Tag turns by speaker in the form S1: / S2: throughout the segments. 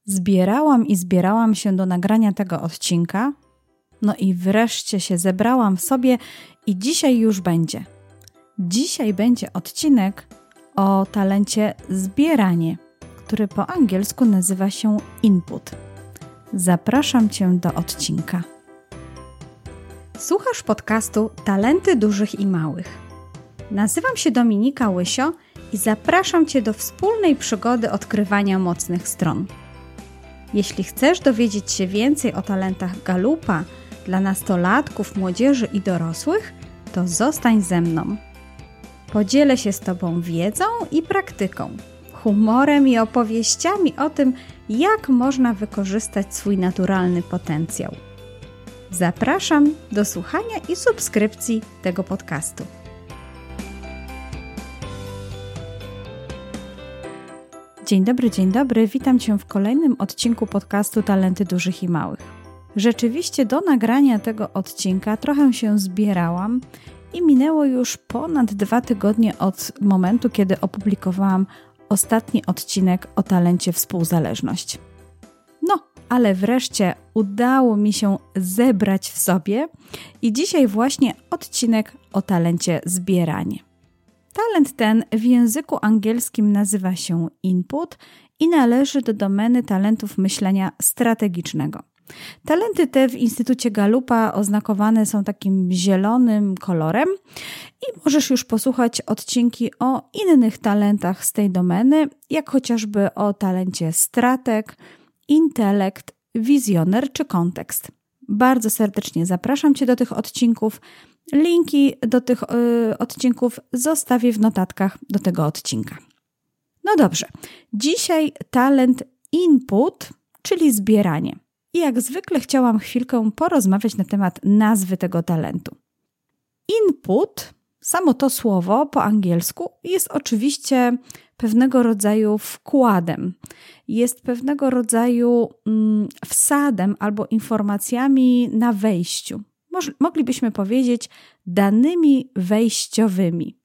S1: Zbierałam się do nagrania tego odcinka, no i wreszcie się zebrałam w sobie i dzisiaj już będzie. Dzisiaj będzie odcinek o talencie zbieranie, który po angielsku nazywa się input. Zapraszam Cię do odcinka. Słuchasz podcastu Talenty Dużych i Małych. Nazywam się Dominika Łysio i zapraszam Cię do wspólnej przygody odkrywania mocnych stron. Jeśli chcesz dowiedzieć się więcej o talentach Galupa dla nastolatków, młodzieży i dorosłych, to zostań ze mną. Podzielę się z Tobą wiedzą i praktyką, humorem i opowieściami o tym, jak można wykorzystać swój naturalny potencjał. Zapraszam do słuchania i subskrypcji tego podcastu. Dzień dobry, witam Cię w kolejnym odcinku podcastu Talenty Dużych i Małych. Rzeczywiście do nagrania tego odcinka trochę się zbierałam i minęło już ponad 2 tygodnie od momentu, kiedy opublikowałam ostatni odcinek o talencie współzależność. No, ale wreszcie udało mi się zebrać w sobie i dzisiaj właśnie odcinek o talencie zbieranie. Talent ten w języku angielskim nazywa się input i należy do domeny talentów myślenia strategicznego. Talenty te w Instytucie Galupa oznakowane są takim zielonym kolorem i możesz już posłuchać odcinki o innych talentach z tej domeny, jak chociażby o talencie strateg, intelekt, wizjoner czy kontekst. Bardzo serdecznie zapraszam Cię do tych odcinków. Linki do tych odcinków zostawię w notatkach do tego odcinka. No dobrze, dzisiaj talent input, czyli zbieranie. I jak zwykle chciałam chwilkę porozmawiać na temat nazwy tego talentu. Input, samo to słowo po angielsku, jest oczywiście pewnego rodzaju wkładem. Jest pewnego rodzaju wsadem albo informacjami na wejściu. Moglibyśmy powiedzieć danymi wejściowymi.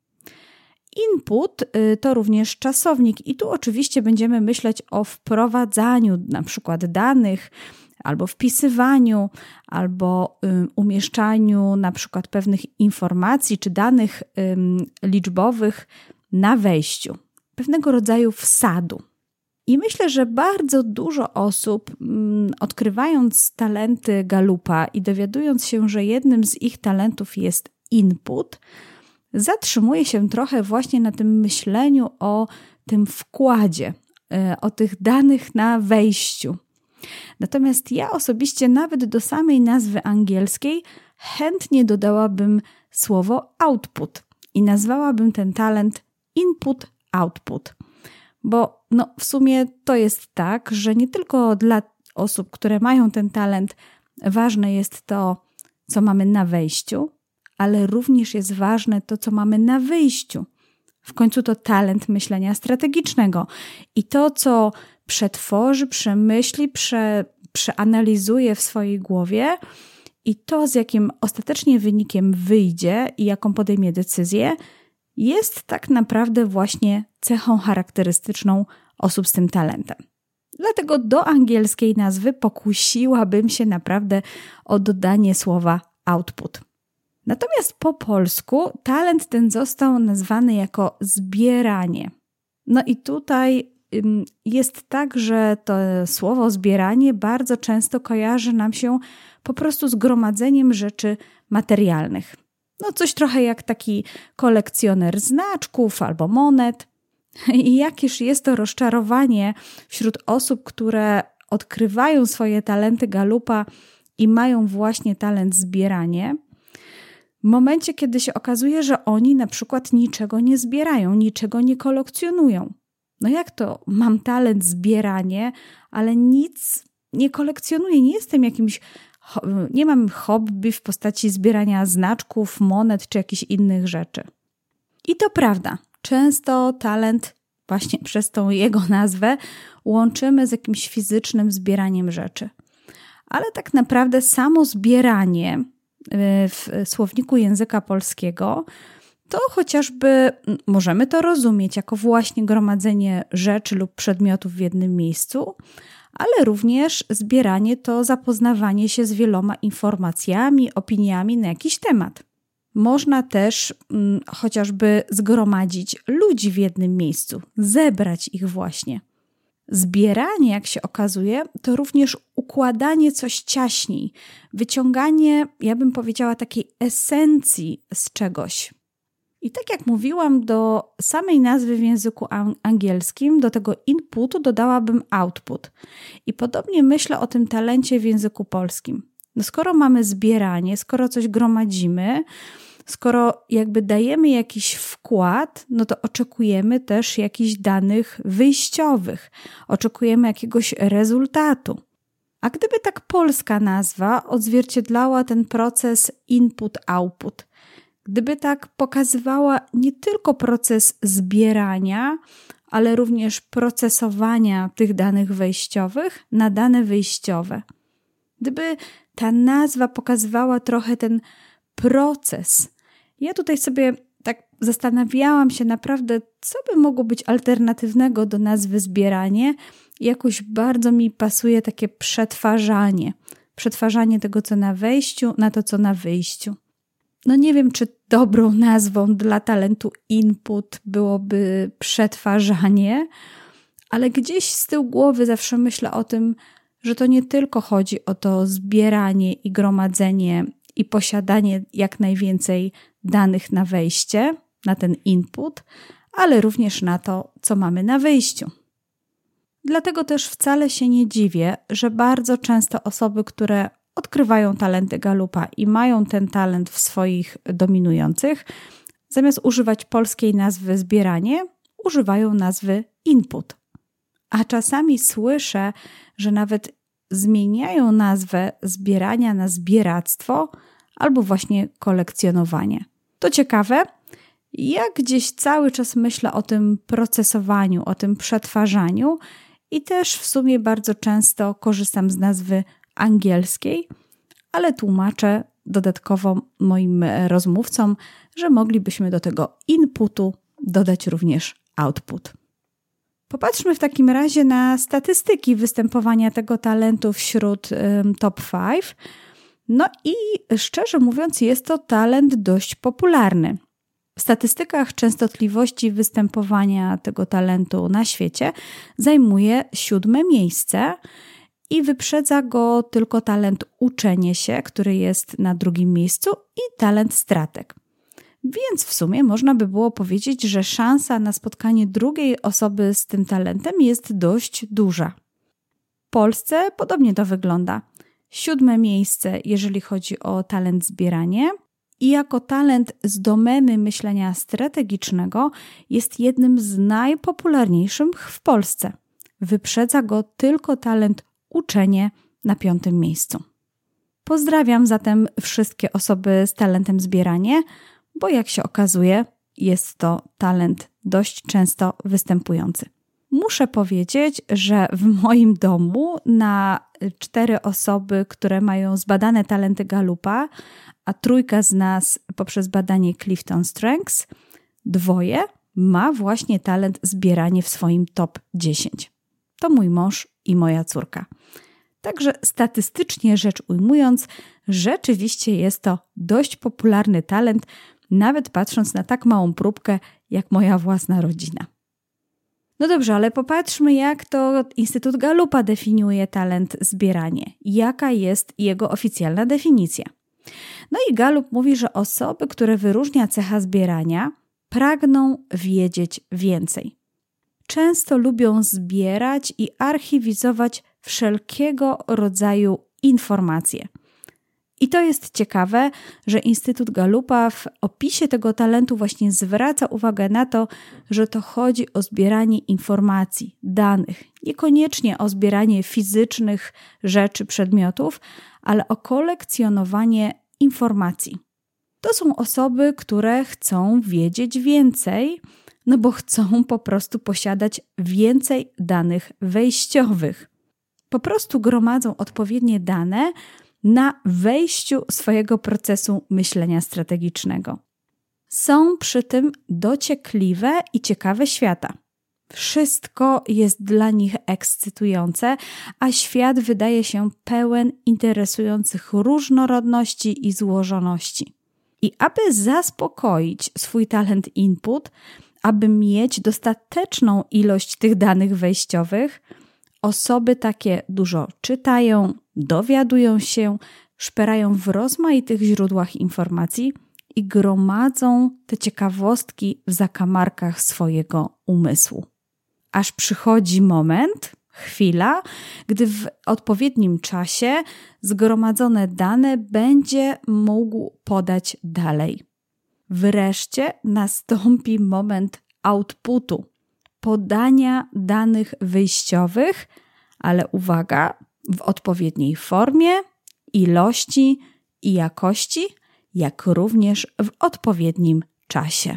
S1: Input to również czasownik i tu oczywiście będziemy myśleć o wprowadzaniu na przykład danych, albo wpisywaniu, albo umieszczaniu na przykład pewnych informacji czy danych liczbowych na wejściu. Pewnego rodzaju wsadu. I myślę, że bardzo dużo osób, odkrywając talenty Galupa i dowiadując się, że jednym z ich talentów jest input, zatrzymuje się trochę właśnie na tym myśleniu o tym wkładzie, o tych danych na wejściu. Natomiast ja osobiście nawet do samej nazwy angielskiej chętnie dodałabym słowo output i nazwałabym ten talent input-output. Bo w sumie to jest tak, że nie tylko dla osób, które mają ten talent, ważne jest to, co mamy na wejściu, ale również jest ważne to, co mamy na wyjściu. W końcu to talent myślenia strategicznego. I to, co przetworzy, przemyśli, przeanalizuje w swojej głowie i to, z jakim ostatecznie wynikiem wyjdzie i jaką podejmie decyzję, jest tak naprawdę właśnie cechą charakterystyczną osób z tym talentem. Dlatego do angielskiej nazwy pokusiłabym się naprawdę o dodanie słowa output. Natomiast po polsku talent ten został nazwany jako zbieranie. No i tutaj jest tak, że to słowo zbieranie bardzo często kojarzy nam się po prostu z gromadzeniem rzeczy materialnych. Coś trochę jak taki kolekcjoner znaczków albo monet. I jakież jest to rozczarowanie wśród osób, które odkrywają swoje talenty Galupa i mają właśnie talent zbieranie, w momencie, kiedy się okazuje, że oni na przykład niczego nie zbierają, niczego nie kolekcjonują. Jak to? Mam talent zbieranie, ale nic nie kolekcjonuję, nie mam hobby w postaci zbierania znaczków, monet czy jakichś innych rzeczy. I to prawda. Często talent właśnie przez tą jego nazwę łączymy z jakimś fizycznym zbieraniem rzeczy. Ale tak naprawdę samo zbieranie w słowniku języka polskiego to chociażby możemy to rozumieć jako właśnie gromadzenie rzeczy lub przedmiotów w jednym miejscu, ale również zbieranie to zapoznawanie się z wieloma informacjami, opiniami na jakiś temat. Można też chociażby zgromadzić ludzi w jednym miejscu, zebrać ich właśnie. Zbieranie, jak się okazuje, to również układanie coś ciaśniej, wyciąganie, ja bym powiedziała, takiej esencji z czegoś. I tak jak mówiłam, do samej nazwy w języku angielskim, do tego inputu dodałabym output. I podobnie myślę o tym talencie w języku polskim. No skoro mamy zbieranie, skoro coś gromadzimy, skoro jakby dajemy jakiś wkład, no to oczekujemy też jakichś danych wyjściowych, oczekujemy jakiegoś rezultatu. A gdyby tak polska nazwa odzwierciedlała ten proces input-output, gdyby tak pokazywała nie tylko proces zbierania, ale również procesowania tych danych wejściowych na dane wyjściowe. Gdyby ta nazwa pokazywała trochę ten proces. Ja tutaj sobie tak zastanawiałam się naprawdę, co by mogło być alternatywnego do nazwy zbieranie. Jakoś bardzo mi pasuje takie przetwarzanie. Przetwarzanie tego, co na wejściu, na to, co na wyjściu. No nie wiem, czy dobrą nazwą dla talentu input byłoby przetwarzanie, ale gdzieś z tyłu głowy zawsze myślę o tym, że to nie tylko chodzi o to zbieranie i gromadzenie i posiadanie jak najwięcej danych na wejście, na ten input, ale również na to, co mamy na wyjściu. Dlatego też wcale się nie dziwię, że bardzo często osoby, które odkrywają talenty Gallupa i mają ten talent w swoich dominujących, zamiast używać polskiej nazwy zbieranie, używają nazwy input. A czasami słyszę, że nawet zmieniają nazwę zbierania na zbieractwo albo właśnie kolekcjonowanie. To ciekawe, ja gdzieś cały czas myślę o tym procesowaniu, o tym przetwarzaniu i też w sumie bardzo często korzystam z nazwy angielskiej, ale tłumaczę dodatkowo moim rozmówcom, że moglibyśmy do tego inputu dodać również output. Popatrzmy w takim razie na statystyki występowania tego talentu wśród top 5. No i szczerze mówiąc, jest to talent dość popularny. W statystykach częstotliwości występowania tego talentu na świecie zajmuje 7. miejsce i wyprzedza go tylko talent uczenie się, który jest na 2. miejscu, i talent stratek. Więc w sumie można by było powiedzieć, że szansa na spotkanie drugiej osoby z tym talentem jest dość duża. W Polsce podobnie to wygląda. 7. miejsce, jeżeli chodzi o talent zbieranie, i jako talent z domeny myślenia strategicznego jest jednym z najpopularniejszych w Polsce. Wyprzedza go tylko talent uczenie na 5. miejscu. Pozdrawiam zatem wszystkie osoby z talentem zbieranie, bo jak się okazuje, jest to talent dość często występujący. Muszę powiedzieć, że w moim domu na 4 osoby, które mają zbadane talenty Gallupa, a 3 z nas poprzez badanie Clifton Strengths, 2 ma właśnie talent zbieranie w swoim top 10. To mój mąż i moja córka. Także statystycznie rzecz ujmując, rzeczywiście jest to dość popularny talent, nawet patrząc na tak małą próbkę jak moja własna rodzina. No dobrze, ale popatrzmy, jak to Instytut Gallupa definiuje talent zbieranie. Jaka jest jego oficjalna definicja? No i Gallup mówi, że osoby, które wyróżnia cecha zbierania, pragną wiedzieć więcej. Często lubią zbierać i archiwizować wszelkiego rodzaju informacje. I to jest ciekawe, że Instytut Gallupa w opisie tego talentu właśnie zwraca uwagę na to, że to chodzi o zbieranie informacji, danych. Niekoniecznie o zbieranie fizycznych rzeczy, przedmiotów, ale o kolekcjonowanie informacji. To są osoby, które chcą wiedzieć więcej, no bo chcą po prostu posiadać więcej danych wejściowych. Po prostu gromadzą odpowiednie dane na wejściu swojego procesu myślenia strategicznego. Są przy tym dociekliwe i ciekawe świata. Wszystko jest dla nich ekscytujące, a świat wydaje się pełen interesujących różnorodności i złożoności. I aby zaspokoić swój talent input, aby mieć dostateczną ilość tych danych wejściowych, osoby takie dużo czytają, dowiadują się, szperają w rozmaitych źródłach informacji i gromadzą te ciekawostki w zakamarkach swojego umysłu. Aż przychodzi moment, chwila, gdy w odpowiednim czasie zgromadzone dane będzie mógł podać dalej. Wreszcie nastąpi moment outputu, podania danych wyjściowych, ale uwaga, w odpowiedniej formie, ilości i jakości, jak również w odpowiednim czasie.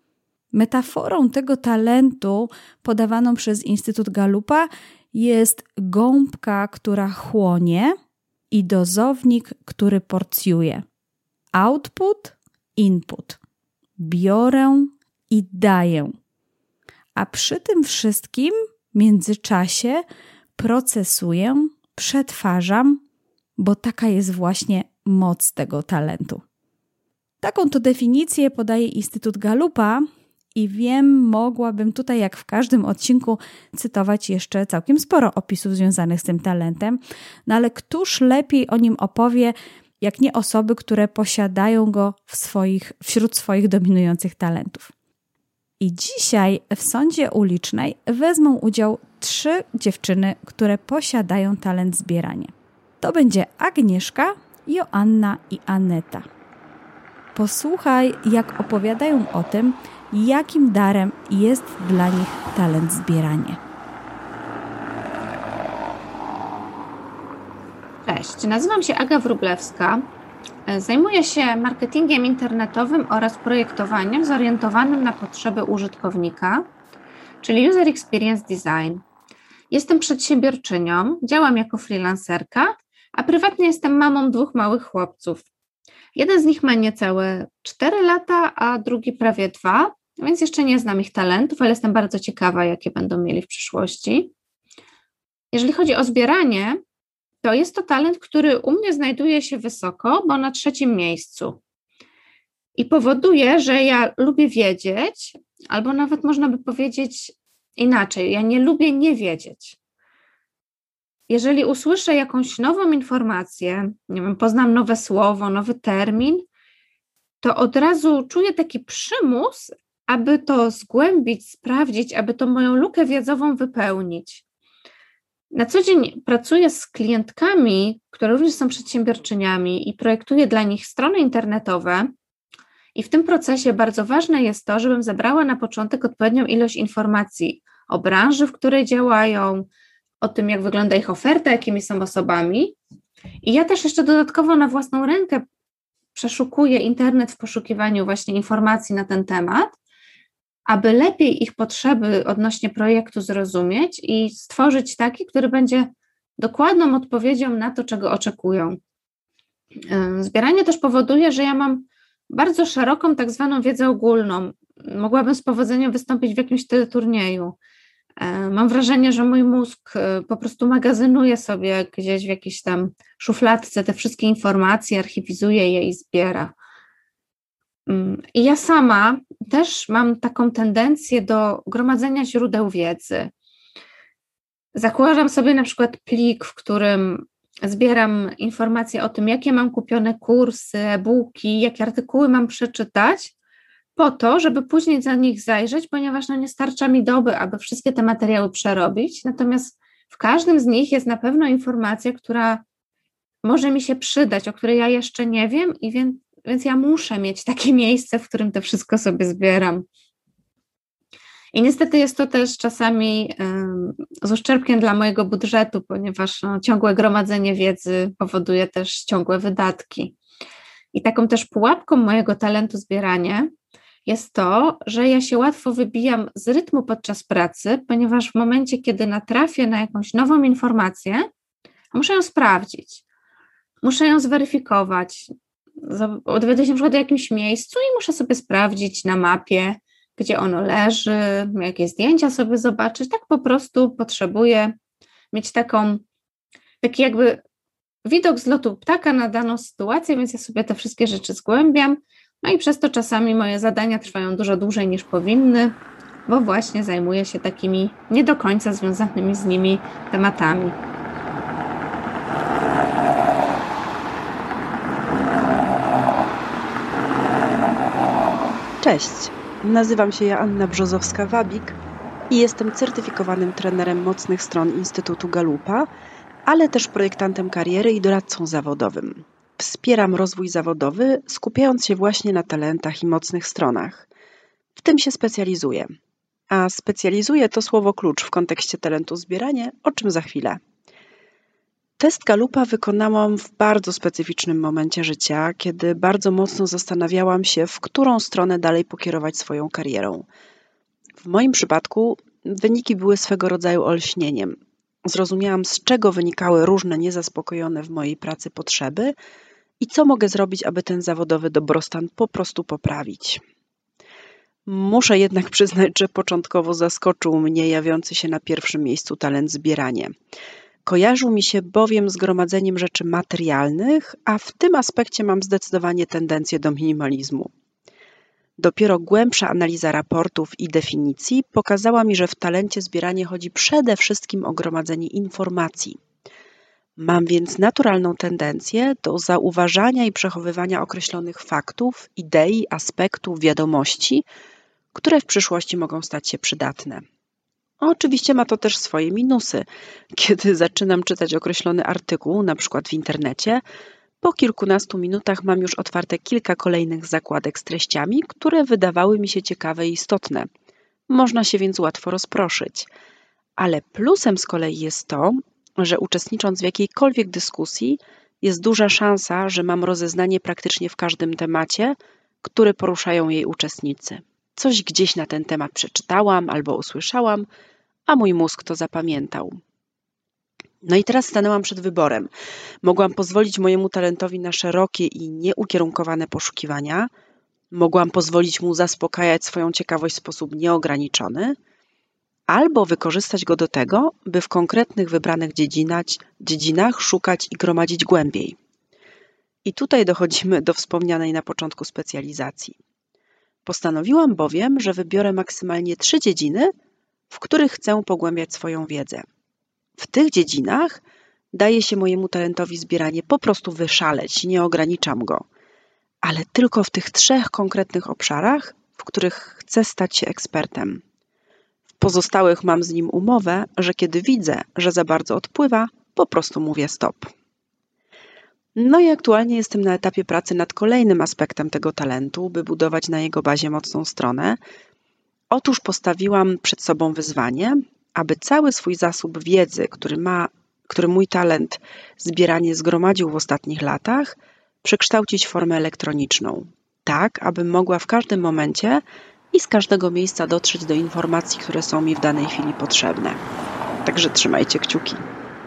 S1: Metaforą tego talentu podawaną przez Instytut Gallupa jest gąbka, która chłonie i dozownik, który porcjuje. Output, input. Biorę i daję. A przy tym wszystkim w międzyczasie procesuję, przetwarzam, bo taka jest właśnie moc tego talentu. Taką to definicję podaje Instytut Gallupa i wiem, mogłabym tutaj jak w każdym odcinku cytować jeszcze całkiem sporo opisów związanych z tym talentem, no ale któż lepiej o nim opowie, jak nie osoby, które posiadają go wśród swoich dominujących talentów. I dzisiaj w sądzie ulicznej wezmą udział 3 dziewczyny, które posiadają talent zbierania. To będzie Agnieszka, Joanna i Aneta. Posłuchaj, jak opowiadają o tym, jakim darem jest dla nich talent zbierania.
S2: Cześć, nazywam się Aga Wróblewska. Zajmuję się marketingiem internetowym oraz projektowaniem zorientowanym na potrzeby użytkownika, czyli User Experience Design. Jestem przedsiębiorczynią, działam jako freelancerka, a prywatnie jestem mamą 2 małych chłopców. Jeden z nich ma niecałe 4 lata, a drugi prawie 2, więc jeszcze nie znam ich talentów, ale jestem bardzo ciekawa, jakie będą mieli w przyszłości. Jeżeli chodzi o zbieranie, to jest to talent, który u mnie znajduje się wysoko, bo na 3. miejscu. I powoduje, że ja lubię wiedzieć, albo nawet można by powiedzieć inaczej, ja nie lubię nie wiedzieć. Jeżeli usłyszę jakąś nową informację, nie wiem, poznam nowe słowo, nowy termin, to od razu czuję taki przymus, aby to zgłębić, sprawdzić, aby tą moją lukę wiedzową wypełnić. Na co dzień pracuję z klientkami, które również są przedsiębiorczyniami i projektuję dla nich strony internetowe i w tym procesie bardzo ważne jest to, żebym zebrała na początek odpowiednią ilość informacji o branży, w której działają, o tym, jak wygląda ich oferta, jakimi są osobami. I ja też jeszcze dodatkowo na własną rękę przeszukuję internet w poszukiwaniu właśnie informacji na ten temat, aby lepiej ich potrzeby odnośnie projektu zrozumieć i stworzyć taki, który będzie dokładną odpowiedzią na to, czego oczekują. Zbieranie też powoduje, że ja mam bardzo szeroką tak zwaną wiedzę ogólną. Mogłabym z powodzeniem wystąpić w jakimś teleturnieju. Mam wrażenie, że mój mózg po prostu magazynuje sobie gdzieś w jakiejś tam szufladce te wszystkie informacje, archiwizuje je i zbiera. I ja sama też mam taką tendencję do gromadzenia źródeł wiedzy. Zakładam sobie na przykład plik, w którym zbieram informacje o tym, jakie mam kupione kursy, e-booki, jakie artykuły mam przeczytać, po to, żeby później za nich zajrzeć, ponieważ nie starcza mi doby, aby wszystkie te materiały przerobić. Natomiast w każdym z nich jest na pewno informacja, która może mi się przydać, o której ja jeszcze nie wiem, więc ja muszę mieć takie miejsce, w którym to wszystko sobie zbieram. I niestety jest to też czasami z uszczerbkiem dla mojego budżetu, ponieważ ciągłe gromadzenie wiedzy powoduje też ciągłe wydatki. I taką też pułapką mojego talentu zbierania jest to, że ja się łatwo wybijam z rytmu podczas pracy, ponieważ w momencie, kiedy natrafię na jakąś nową informację, muszę ją sprawdzić, muszę ją zweryfikować, odwiedzę się na przykład w jakimś miejscu i muszę sobie sprawdzić na mapie, gdzie ono leży, jakie zdjęcia sobie zobaczyć. Tak po prostu potrzebuję mieć taki jakby widok z lotu ptaka na daną sytuację, więc ja sobie te wszystkie rzeczy zgłębiam. No i przez to czasami moje zadania trwają dużo dłużej niż powinny, bo właśnie zajmuję się takimi nie do końca związanymi z nimi tematami.
S3: Cześć, nazywam się Joanna Brzozowska-Wabik i jestem certyfikowanym trenerem mocnych stron Instytutu Galupa, ale też projektantem kariery i doradcą zawodowym. Wspieram rozwój zawodowy, skupiając się właśnie na talentach i mocnych stronach. W tym się specjalizuję. A specjalizuję to słowo klucz w kontekście talentu zbieranie, o czym za chwilę. Test Galupa wykonałam w bardzo specyficznym momencie życia, kiedy bardzo mocno zastanawiałam się, w którą stronę dalej pokierować swoją karierą. W moim przypadku wyniki były swego rodzaju olśnieniem. Zrozumiałam, z czego wynikały różne niezaspokojone w mojej pracy potrzeby i co mogę zrobić, aby ten zawodowy dobrostan po prostu poprawić. Muszę jednak przyznać, że początkowo zaskoczył mnie jawiący się na pierwszym miejscu talent zbieranie. Kojarzył mi się bowiem z gromadzeniem rzeczy materialnych, a w tym aspekcie mam zdecydowanie tendencję do minimalizmu. Dopiero głębsza analiza raportów i definicji pokazała mi, że w talencie zbieranie chodzi przede wszystkim o gromadzenie informacji. Mam więc naturalną tendencję do zauważania i przechowywania określonych faktów, idei, aspektów, wiadomości, które w przyszłości mogą stać się przydatne. Oczywiście ma to też swoje minusy. Kiedy zaczynam czytać określony artykuł, na przykład w internecie, po kilkunastu minutach mam już otwarte kilka kolejnych zakładek z treściami, które wydawały mi się ciekawe i istotne. Można się więc łatwo rozproszyć. Ale plusem z kolei jest to, że uczestnicząc w jakiejkolwiek dyskusji, jest duża szansa, że mam rozeznanie praktycznie w każdym temacie, który poruszają jej uczestnicy. Coś gdzieś na ten temat przeczytałam albo usłyszałam, a mój mózg to zapamiętał. No i teraz stanęłam przed wyborem. Mogłam pozwolić mojemu talentowi na szerokie i nieukierunkowane poszukiwania. Mogłam pozwolić mu zaspokajać swoją ciekawość w sposób nieograniczony, albo wykorzystać go do tego, by w konkretnych wybranych dziedzinach szukać i gromadzić głębiej. I tutaj dochodzimy do wspomnianej na początku specjalizacji. Postanowiłam bowiem, że wybiorę maksymalnie 3 dziedziny, w których chcę pogłębiać swoją wiedzę. W tych dziedzinach daje się mojemu talentowi zbieranie po prostu wyszaleć, nie ograniczam go. Ale tylko w tych 3 konkretnych obszarach, w których chcę stać się ekspertem. W pozostałych mam z nim umowę, że kiedy widzę, że za bardzo odpływa, po prostu mówię stop. No i aktualnie jestem na etapie pracy nad kolejnym aspektem tego talentu, by budować na jego bazie mocną stronę. Otóż postawiłam przed sobą wyzwanie, aby cały swój zasób wiedzy, który mój talent zbieranie zgromadził w ostatnich latach, przekształcić w formę elektroniczną, tak abym mogła w każdym momencie i z każdego miejsca dotrzeć do informacji, które są mi w danej chwili potrzebne. Także trzymajcie kciuki.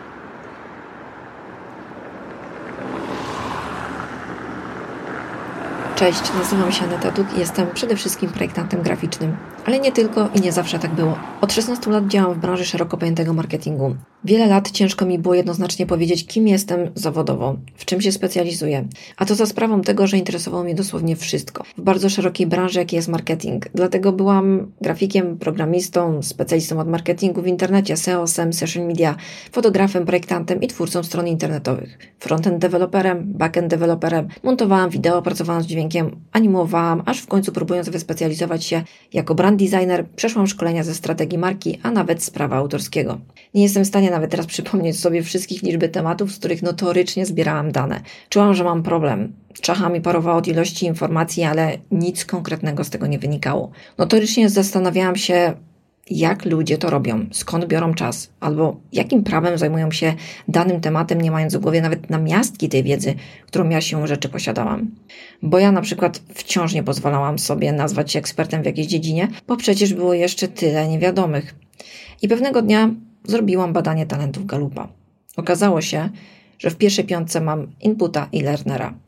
S4: Cześć, nazywam się Aneta Duk i jestem przede wszystkim projektantem graficznym. Ale nie tylko i nie zawsze tak było. Od 16 lat działam w branży szeroko pojętego marketingu. Wiele lat ciężko mi było jednoznacznie powiedzieć, kim jestem zawodowo, w czym się specjalizuję. A to za sprawą tego, że interesowało mnie dosłownie wszystko. W bardzo szerokiej branży, jakiej jest marketing. Dlatego byłam grafikiem, programistą, specjalistą od marketingu w internecie, SEO-sem, social media, fotografem, projektantem i twórcą stron internetowych. Frontend deweloperem, backend deweloperem, montowałam wideo, pracowałam z dźwiękiem, animowałam, aż w końcu próbując wyspecjalizować się jako brand designer, przeszłam szkolenia ze strategii marki, a nawet z prawa autorskiego. Nie jestem w stanie nawet teraz przypomnieć sobie wszystkich liczby tematów, z których notorycznie zbierałam dane. Czułam, że mam problem. Czacha mi parowała od ilości informacji, ale nic konkretnego z tego nie wynikało. Notorycznie zastanawiałam się, jak ludzie to robią, skąd biorą czas, albo jakim prawem zajmują się danym tematem, nie mając w głowie nawet namiastki tej wiedzy, którą ja siłą rzeczy posiadałam. Bo ja na przykład wciąż nie pozwalałam sobie nazwać się ekspertem w jakiejś dziedzinie, bo przecież było jeszcze tyle niewiadomych. I pewnego dnia zrobiłam badanie talentów Galupa. Okazało się, że w pierwszej 5 mam inputa i learnera.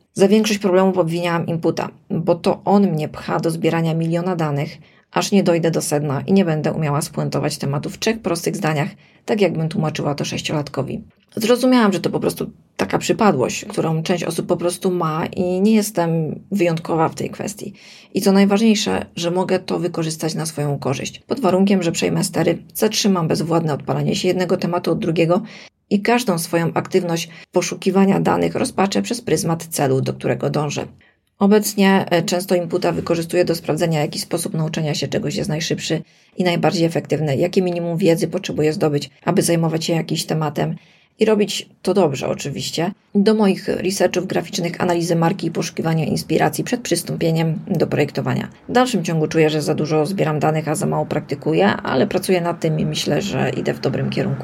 S4: Za większość problemów obwiniałam inputa, bo to on mnie pcha do zbierania miliona danych, aż nie dojdę do sedna i nie będę umiała spuentować tematu w 3 prostych zdaniach, tak jakbym tłumaczyła to 6-latkowi. Zrozumiałam, że to po prostu taka przypadłość, którą część osób po prostu ma i nie jestem wyjątkowa w tej kwestii. I co najważniejsze, że mogę to wykorzystać na swoją korzyść, pod warunkiem, że przejmę stery, zatrzymam bezwładne odpalanie się jednego tematu od drugiego i każdą swoją aktywność poszukiwania danych rozpaczę przez pryzmat celu, do którego dążę. Obecnie często inputa wykorzystuję do sprawdzenia, jaki sposób nauczenia się czegoś jest najszybszy i najbardziej efektywny, jakie minimum wiedzy potrzebuję zdobyć, aby zajmować się jakimś tematem i robić to dobrze oczywiście. Do moich researchów graficznych, analizy marki i poszukiwania inspiracji przed przystąpieniem do projektowania. W dalszym ciągu czuję, że za dużo zbieram danych, a za mało praktykuję, ale pracuję nad tym i myślę, że idę w dobrym kierunku.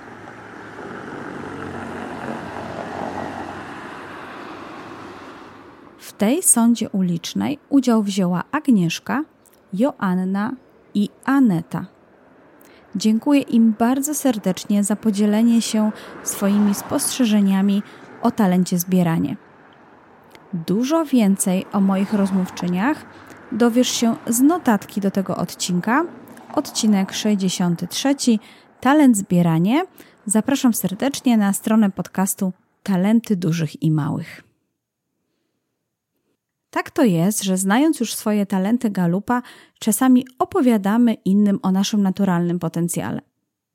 S1: W tej sondzie ulicznej udział wzięła Agnieszka, Joanna i Aneta. Dziękuję im bardzo serdecznie za podzielenie się swoimi spostrzeżeniami o talencie zbieranie. Dużo więcej o moich rozmówczyniach dowiesz się z notatki do tego odcinka. Odcinek 63. Talent zbieranie. Zapraszam serdecznie na stronę podcastu Talenty Dużych i Małych. Tak to jest, że znając już swoje talenty Galupa, czasami opowiadamy innym o naszym naturalnym potencjale.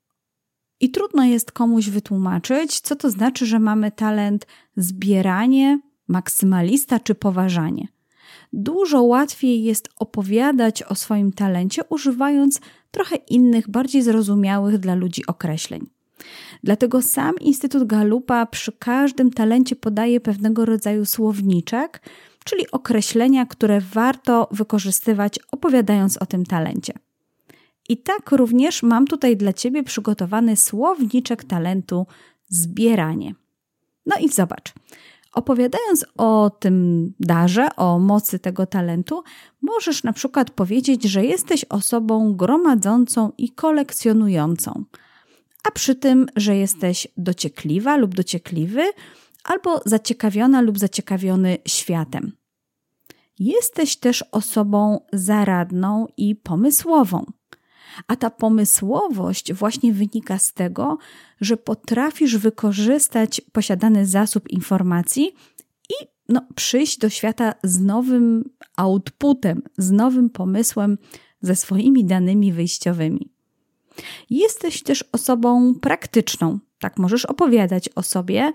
S1: I trudno jest komuś wytłumaczyć, co to znaczy, że mamy talent zbieranie, maksymalista czy poważanie. Dużo łatwiej jest opowiadać o swoim talencie, używając trochę innych, bardziej zrozumiałych dla ludzi określeń. Dlatego sam Instytut Galupa przy każdym talencie podaje pewnego rodzaju słowniczek, czyli określenia, które warto wykorzystywać, opowiadając o tym talencie. I tak również mam tutaj dla Ciebie przygotowany słowniczek talentu zbieranie. No i zobacz, opowiadając o tym darze, o mocy tego talentu, możesz na przykład powiedzieć, że jesteś osobą gromadzącą i kolekcjonującą, a przy tym, że jesteś dociekliwa lub dociekliwy, albo zaciekawiona lub zaciekawiony światem. Jesteś też osobą zaradną i pomysłową. A ta pomysłowość właśnie wynika z tego, że potrafisz wykorzystać posiadany zasób informacji i przyjść do świata z nowym outputem, z nowym pomysłem, ze swoimi danymi wyjściowymi. Jesteś też osobą praktyczną, tak możesz opowiadać o sobie,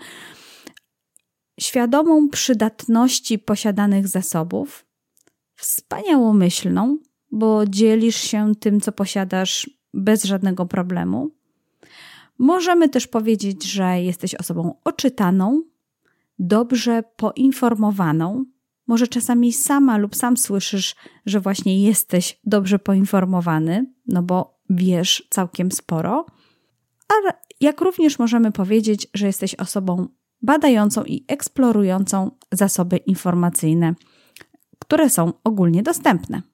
S1: świadomą przydatności posiadanych zasobów, wspaniałomyślną, bo dzielisz się tym, co posiadasz bez żadnego problemu. Możemy też powiedzieć, że jesteś osobą oczytaną, dobrze poinformowaną. Może czasami sama lub sam słyszysz, że właśnie jesteś dobrze poinformowany, bo wiesz całkiem sporo. Ale jak również możemy powiedzieć, że jesteś osobą badającą i eksplorującą zasoby informacyjne, które są ogólnie dostępne.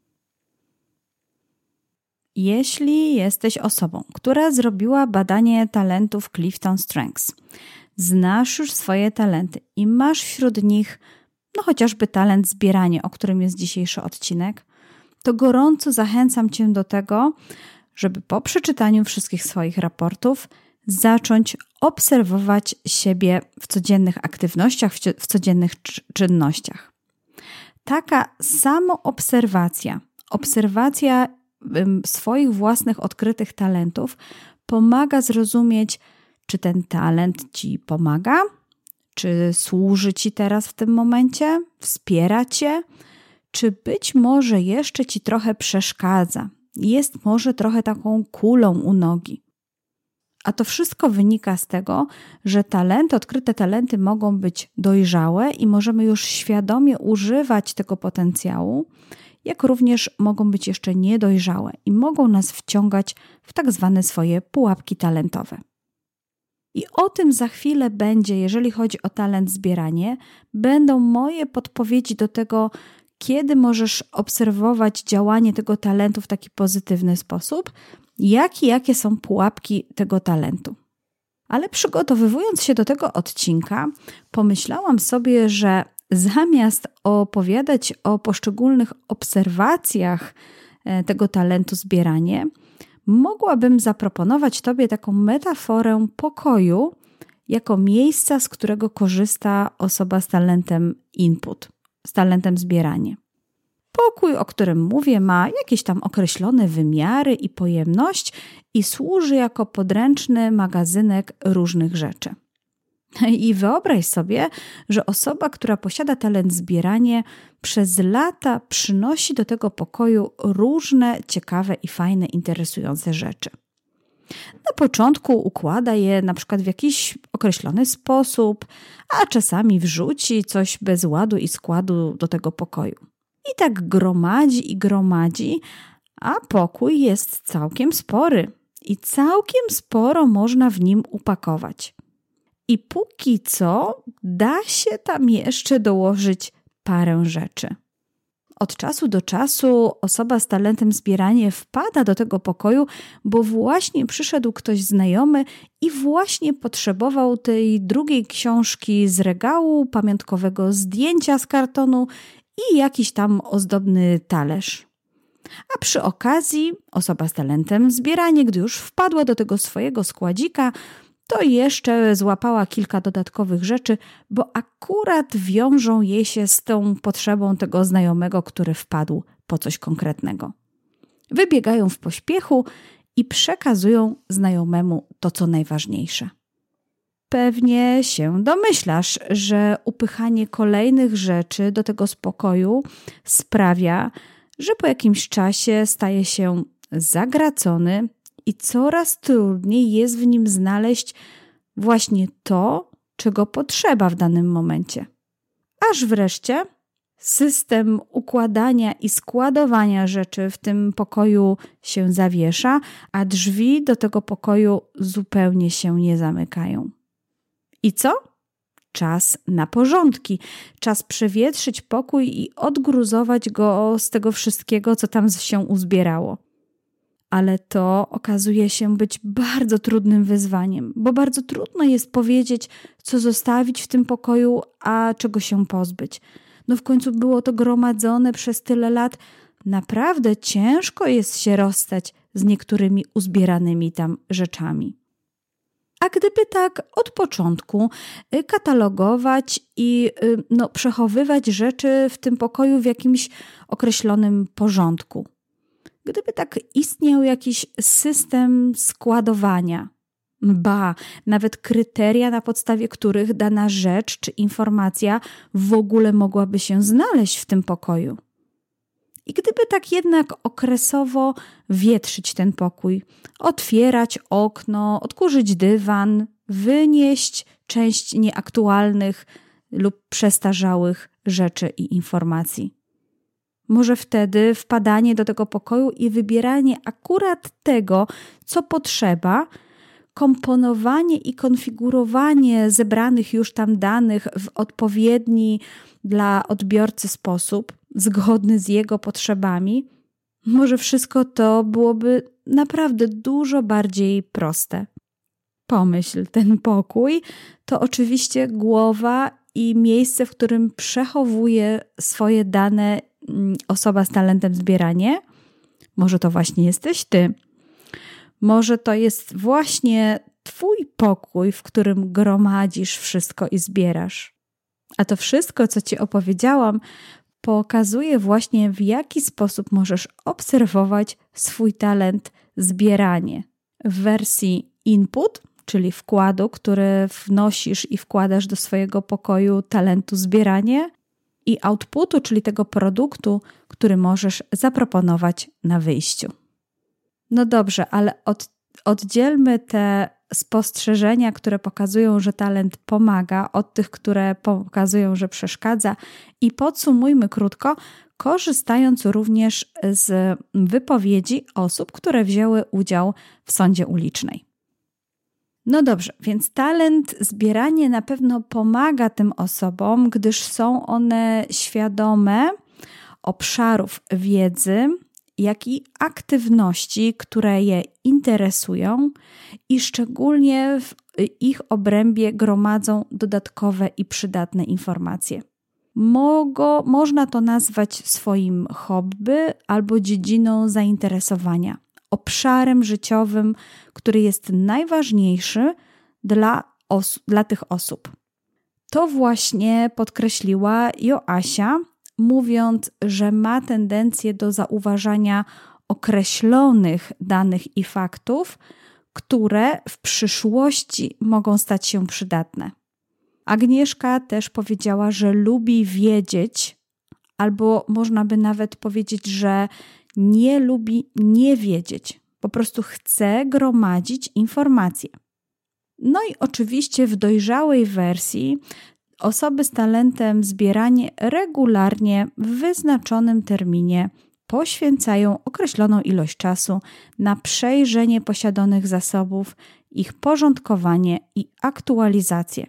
S1: Jeśli jesteś osobą, która zrobiła badanie talentów Clifton Strengths, znasz już swoje talenty i masz wśród nich chociażby talent zbieranie, o którym jest dzisiejszy odcinek, to gorąco zachęcam Cię do tego, żeby po przeczytaniu wszystkich swoich raportów zacząć obserwować siebie w codziennych aktywnościach, w codziennych czynnościach. Taka samoobserwacja, obserwacja swoich własnych odkrytych talentów pomaga zrozumieć, czy ten talent Ci pomaga, czy służy Ci teraz w tym momencie, wspiera Cię, czy być może jeszcze Ci trochę przeszkadza, jest może trochę taką kulą u nogi. A to wszystko wynika z tego, że odkryte talenty mogą być dojrzałe i możemy już świadomie używać tego potencjału, jak również mogą być jeszcze niedojrzałe i mogą nas wciągać w tak zwane swoje pułapki talentowe. I o tym za chwilę będzie, jeżeli chodzi o talent zbieranie, będą moje podpowiedzi do tego, kiedy możesz obserwować działanie tego talentu w taki pozytywny sposób, jakie są pułapki tego talentu. Ale przygotowując się do tego odcinka, pomyślałam sobie, że zamiast opowiadać o poszczególnych obserwacjach tego talentu zbieranie, mogłabym zaproponować Tobie taką metaforę pokoju jako miejsca, z którego korzysta osoba z talentem input, z talentem zbieranie. Pokój, o którym mówię, ma jakieś tam określone wymiary i pojemność i służy jako podręczny magazynek różnych rzeczy. I wyobraź sobie, że osoba, która posiada talent zbieranie, przez lata przynosi do tego pokoju różne ciekawe i fajne, interesujące rzeczy. Na początku układa je na przykład w jakiś określony sposób, a czasami wrzuci coś bez ładu i składu do tego pokoju. I tak gromadzi i gromadzi, a pokój jest całkiem spory i całkiem sporo można w nim upakować. I póki co da się tam jeszcze dołożyć parę rzeczy. Od czasu do czasu osoba z talentem zbieranie wpada do tego pokoju, bo właśnie przyszedł ktoś znajomy i właśnie potrzebował tej drugiej książki z regału, pamiątkowego zdjęcia z kartonu i jakiś tam ozdobny talerz. A przy okazji osoba z talentem zbieranie, gdy już wpadła do tego swojego składzika, to jeszcze złapała kilka dodatkowych rzeczy, bo akurat wiążą jej się z tą potrzebą tego znajomego, który wpadł po coś konkretnego. Wybiegają w pośpiechu i przekazują znajomemu to, co najważniejsze. Pewnie się domyślasz, że upychanie kolejnych rzeczy do tego spokoju sprawia, że po jakimś czasie staje się zagracony i coraz trudniej jest w nim znaleźć właśnie to, czego potrzeba w danym momencie. Aż wreszcie system układania i składowania rzeczy w tym pokoju się zawiesza, a drzwi do tego pokoju zupełnie się nie zamykają. I co? Czas na porządki. Czas przewietrzyć pokój i odgruzować go z tego wszystkiego, co tam się uzbierało. Ale to okazuje się być bardzo trudnym wyzwaniem, bo bardzo trudno jest powiedzieć, co zostawić w tym pokoju, a czego się pozbyć. No w końcu było to gromadzone przez tyle lat. Naprawdę ciężko jest się rozstać z niektórymi uzbieranymi tam rzeczami. A gdyby tak od początku katalogować i przechowywać rzeczy w tym pokoju w jakimś określonym porządku. Gdyby tak istniał jakiś system składowania, nawet kryteria, na podstawie których dana rzecz czy informacja w ogóle mogłaby się znaleźć w tym pokoju. I gdyby tak jednak okresowo wietrzyć ten pokój, otwierać okno, odkurzyć dywan, wynieść część nieaktualnych lub przestarzałych rzeczy i informacji. Może wtedy wpadanie do tego pokoju i wybieranie akurat tego, co potrzeba, komponowanie i konfigurowanie zebranych już tam danych w odpowiedni dla odbiorcy sposób, zgodny z jego potrzebami, może wszystko to byłoby naprawdę dużo bardziej proste. Pomyśl, ten pokój to oczywiście głowa i miejsce, w którym przechowuje swoje dane osoba z talentem zbieranie. Może to właśnie jesteś ty. Może to jest właśnie twój pokój, w którym gromadzisz wszystko i zbierasz. A to wszystko, co ci opowiedziałam, pokazuje właśnie, w jaki sposób możesz obserwować swój talent zbieranie. W wersji input, czyli wkładu, który wnosisz i wkładasz do swojego pokoju talentu zbieranie, i outputu, czyli tego produktu, który możesz zaproponować na wyjściu. No dobrze, ale oddzielmy te spostrzeżenia, które pokazują, że talent pomaga, od tych, które pokazują, że przeszkadza i podsumujmy krótko, korzystając również z wypowiedzi osób, które wzięły udział w sądzie ulicznej. No dobrze, więc talent zbieranie na pewno pomaga tym osobom, gdyż są one świadome obszarów wiedzy, jak i aktywności, które je interesują i szczególnie w ich obrębie gromadzą dodatkowe i przydatne informacje. Można to nazwać swoim hobby albo dziedziną zainteresowania, obszarem życiowym, który jest najważniejszy dla tych osób. To właśnie podkreśliła Joasia, mówiąc, że ma tendencję do zauważania określonych danych i faktów, które w przyszłości mogą stać się przydatne. Agnieszka też powiedziała, że lubi wiedzieć, albo można by nawet powiedzieć, że nie lubi nie wiedzieć. Po prostu chce gromadzić informacje. No i oczywiście w dojrzałej wersji osoby z talentem zbieranie regularnie w wyznaczonym terminie poświęcają określoną ilość czasu na przejrzenie posiadanych zasobów, ich porządkowanie i aktualizację.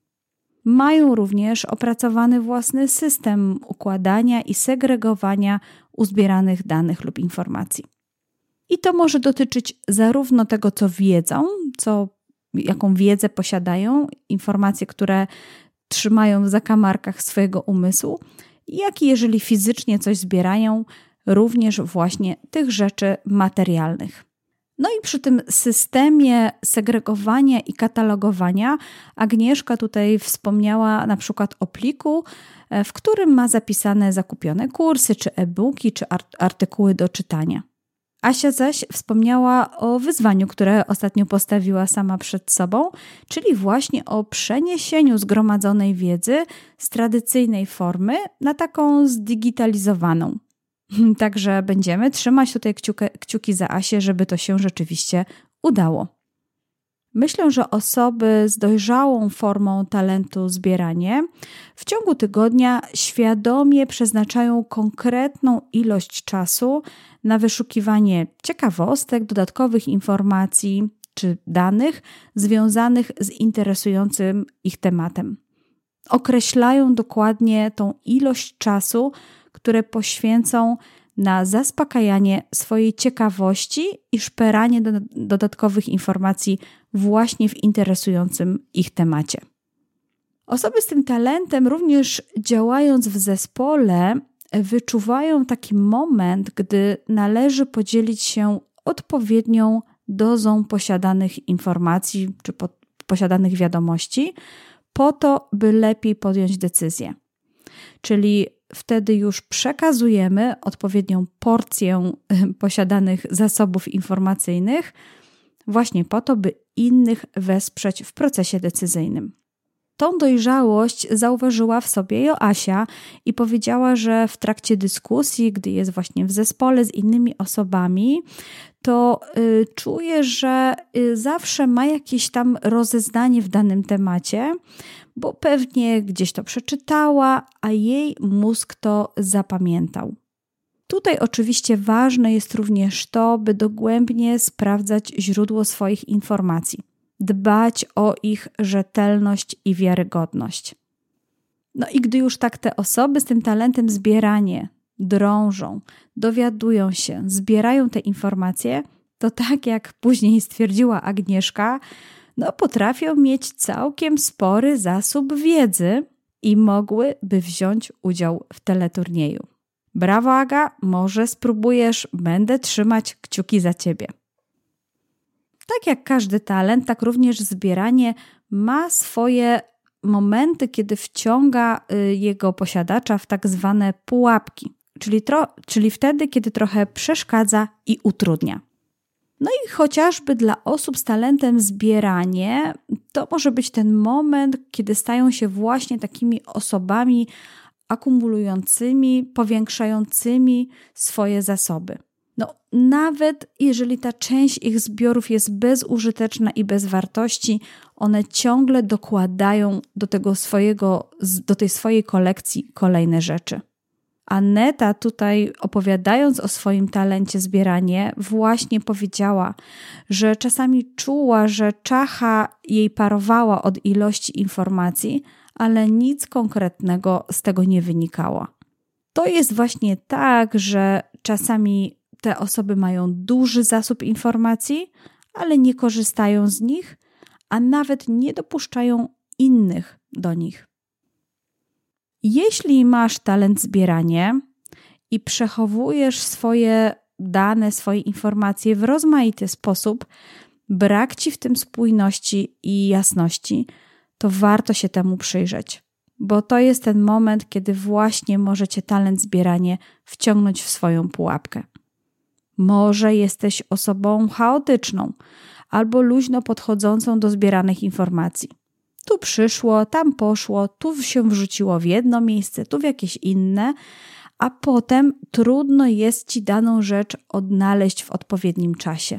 S1: Mają również opracowany własny system układania i segregowania uzbieranych danych lub informacji. I to może dotyczyć zarówno tego, co wiedzą, jaką wiedzę posiadają, informacje, które trzymają w zakamarkach swojego umysłu, jak i jeżeli fizycznie coś zbierają, również właśnie tych rzeczy materialnych. No i przy tym systemie segregowania i katalogowania Agnieszka tutaj wspomniała na przykład o pliku, w którym ma zapisane zakupione kursy, czy e-booki, czy artykuły do czytania. Asia zaś wspomniała o wyzwaniu, które ostatnio postawiła sama przed sobą, czyli właśnie o przeniesieniu zgromadzonej wiedzy z tradycyjnej formy na taką zdigitalizowaną. Także będziemy trzymać tutaj kciuki za Asię, żeby to się rzeczywiście udało. Myślę, że osoby z dojrzałą formą talentu zbieranie w ciągu tygodnia świadomie przeznaczają konkretną ilość czasu na wyszukiwanie ciekawostek, dodatkowych informacji czy danych związanych z interesującym ich tematem. Określają dokładnie tą ilość czasu, które poświęcą na zaspokajanie swojej ciekawości i szperanie dodatkowych informacji właśnie w interesującym ich temacie. Osoby z tym talentem, również działając w zespole, wyczuwają taki moment, gdy należy podzielić się odpowiednią dozą posiadanych informacji czy posiadanych wiadomości po to, by lepiej podjąć decyzję. Czyli wtedy już przekazujemy odpowiednią porcję posiadanych zasobów informacyjnych właśnie po to, by innych wesprzeć w procesie decyzyjnym. Tą dojrzałość zauważyła w sobie Joasia i powiedziała, że w trakcie dyskusji, gdy jest właśnie w zespole z innymi osobami, to czuje, że zawsze ma jakieś tam rozeznanie w danym temacie, bo pewnie gdzieś to przeczytała, a jej mózg to zapamiętał. Tutaj oczywiście ważne jest również to, by dogłębnie sprawdzać źródło swoich informacji, dbać o ich rzetelność i wiarygodność. No i gdy już tak te osoby z tym talentem zbieranie drążą, dowiadują się, zbierają te informacje, to tak jak później stwierdziła Agnieszka, potrafią mieć całkiem spory zasób wiedzy i mogłyby wziąć udział w teleturnieju. Brawo, Aga, może spróbujesz, będę trzymać kciuki za Ciebie. Tak jak każdy talent, tak również zbieranie ma swoje momenty, kiedy wciąga jego posiadacza w tak zwane pułapki, czyli wtedy, kiedy trochę przeszkadza i utrudnia. No i chociażby dla osób z talentem zbieranie, to może być ten moment, kiedy stają się właśnie takimi osobami akumulującymi, powiększającymi swoje zasoby. Nawet jeżeli ta część ich zbiorów jest bezużyteczna i bez wartości, one ciągle dokładają do tej swojej kolekcji kolejne rzeczy. Aneta tutaj, opowiadając o swoim talencie zbieranie, właśnie powiedziała, że czasami czuła, że czacha jej parowała od ilości informacji, ale nic konkretnego z tego nie wynikało. To jest właśnie tak, że czasami te osoby mają duży zasób informacji, ale nie korzystają z nich, a nawet nie dopuszczają innych do nich. Jeśli masz talent zbierania i przechowujesz swoje dane, swoje informacje w rozmaity sposób, brak Ci w tym spójności i jasności, to warto się temu przyjrzeć, bo to jest ten moment, kiedy właśnie możecie talent zbierania wciągnąć w swoją pułapkę. Może jesteś osobą chaotyczną albo luźno podchodzącą do zbieranych informacji. Tu przyszło, tam poszło, tu się wrzuciło w jedno miejsce, tu w jakieś inne, a potem trudno jest Ci daną rzecz odnaleźć w odpowiednim czasie.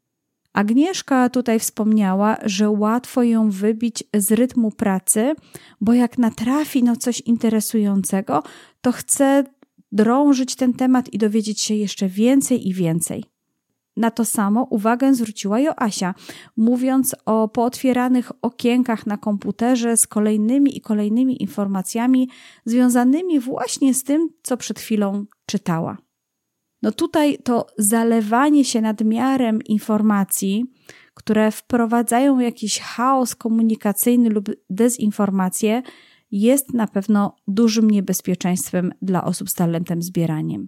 S1: Agnieszka tutaj wspomniała, że łatwo ją wybić z rytmu pracy, bo jak natrafi na coś interesującego, to chce drążyć ten temat i dowiedzieć się jeszcze więcej i więcej. Na to samo uwagę zwróciła Joasia, mówiąc o pootwieranych okienkach na komputerze z kolejnymi i kolejnymi informacjami związanymi właśnie z tym, co przed chwilą czytała. No tutaj to zalewanie się nadmiarem informacji, które wprowadzają jakiś chaos komunikacyjny lub dezinformację, jest na pewno dużym niebezpieczeństwem dla osób z talentem zbieraniem.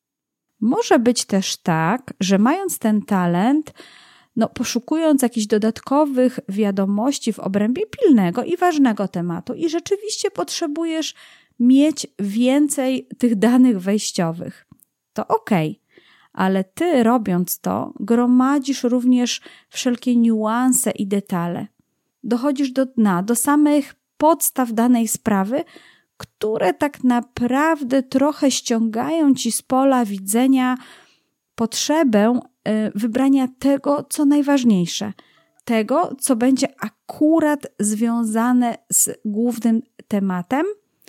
S1: Może być też tak, że mając ten talent, poszukując jakichś dodatkowych wiadomości w obrębie pilnego i ważnego tematu i rzeczywiście potrzebujesz mieć więcej tych danych wejściowych, to okej, ale Ty robiąc to gromadzisz również wszelkie niuanse i detale. Dochodzisz do dna, do samych podstaw danej sprawy, które tak naprawdę trochę ściągają Ci z pola widzenia potrzebę wybrania tego, co najważniejsze, tego, co będzie akurat związane z głównym tematem,